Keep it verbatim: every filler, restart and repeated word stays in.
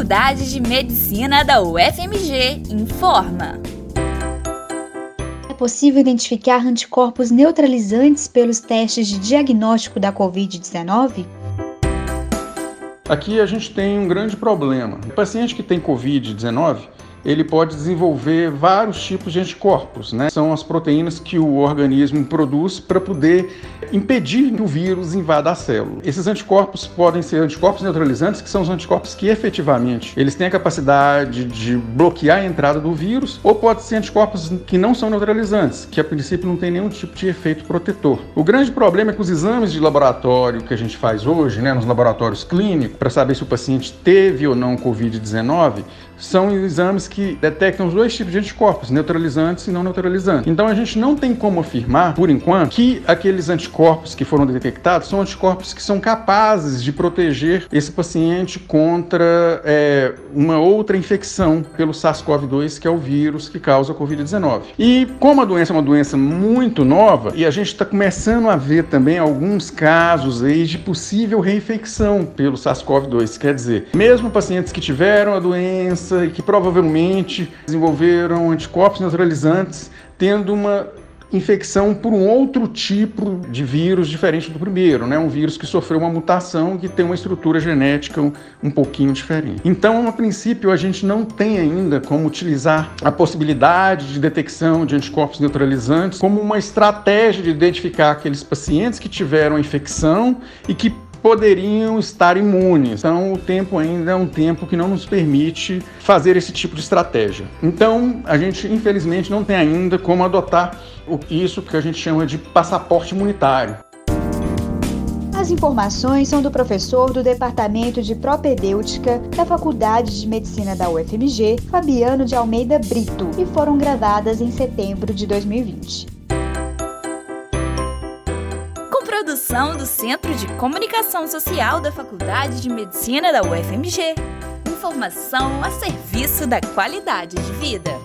Faculdade de Medicina da U F M G informa. É possível identificar anticorpos neutralizantes pelos testes de diagnóstico da covid dezenove? Aqui a gente tem um grande problema. O paciente que tem covid dezenove, ele pode desenvolver vários tipos de anticorpos, né? São as proteínas que o organismo produz para poder impedir que o vírus invada a célula. Esses anticorpos podem ser anticorpos neutralizantes, que são os anticorpos que efetivamente eles têm a capacidade de bloquear a entrada do vírus, ou pode ser anticorpos que não são neutralizantes, que a princípio não tem nenhum tipo de efeito protetor. O grande problema é que os exames de laboratório que a gente faz hoje, né, nos laboratórios clínicos, para saber se o paciente teve ou não covid dezenove, são exames que detectam os dois tipos de anticorpos, neutralizantes e não neutralizantes. Então a gente não tem como afirmar, por enquanto, que aqueles anticorpos que foram detectados são anticorpos que são capazes de proteger esse paciente contra é, uma outra infecção pelo SARS-CoV dois, que é o vírus que causa a covid dezenove. E como a doença é uma doença muito nova, e a gente está começando a ver também alguns casos aí de possível reinfecção pelo SARS-CoV dois, quer dizer, mesmo pacientes que tiveram a doença e que provavelmente desenvolveram anticorpos neutralizantes, tendo uma infecção por um outro tipo de vírus diferente do primeiro, né? Um vírus que sofreu uma mutação que tem uma estrutura genética um, um pouquinho diferente. Então, a princípio, a gente não tem ainda como utilizar a possibilidade de detecção de anticorpos neutralizantes como uma estratégia de identificar aqueles pacientes que tiveram a infecção e que poderiam estar imunes. Então, o tempo ainda é um tempo que não nos permite fazer esse tipo de estratégia. Então, a gente, infelizmente, não tem ainda como adotar isso que a gente chama de passaporte imunitário. As informações são do professor do Departamento de Propedêutica da Faculdade de Medicina da U F M G, Fabiano de Almeida Brito, e foram gravadas em setembro de dois mil e vinte. Produção do Centro de Comunicação Social da Faculdade de Medicina da U F M G. Informação a serviço da qualidade de vida.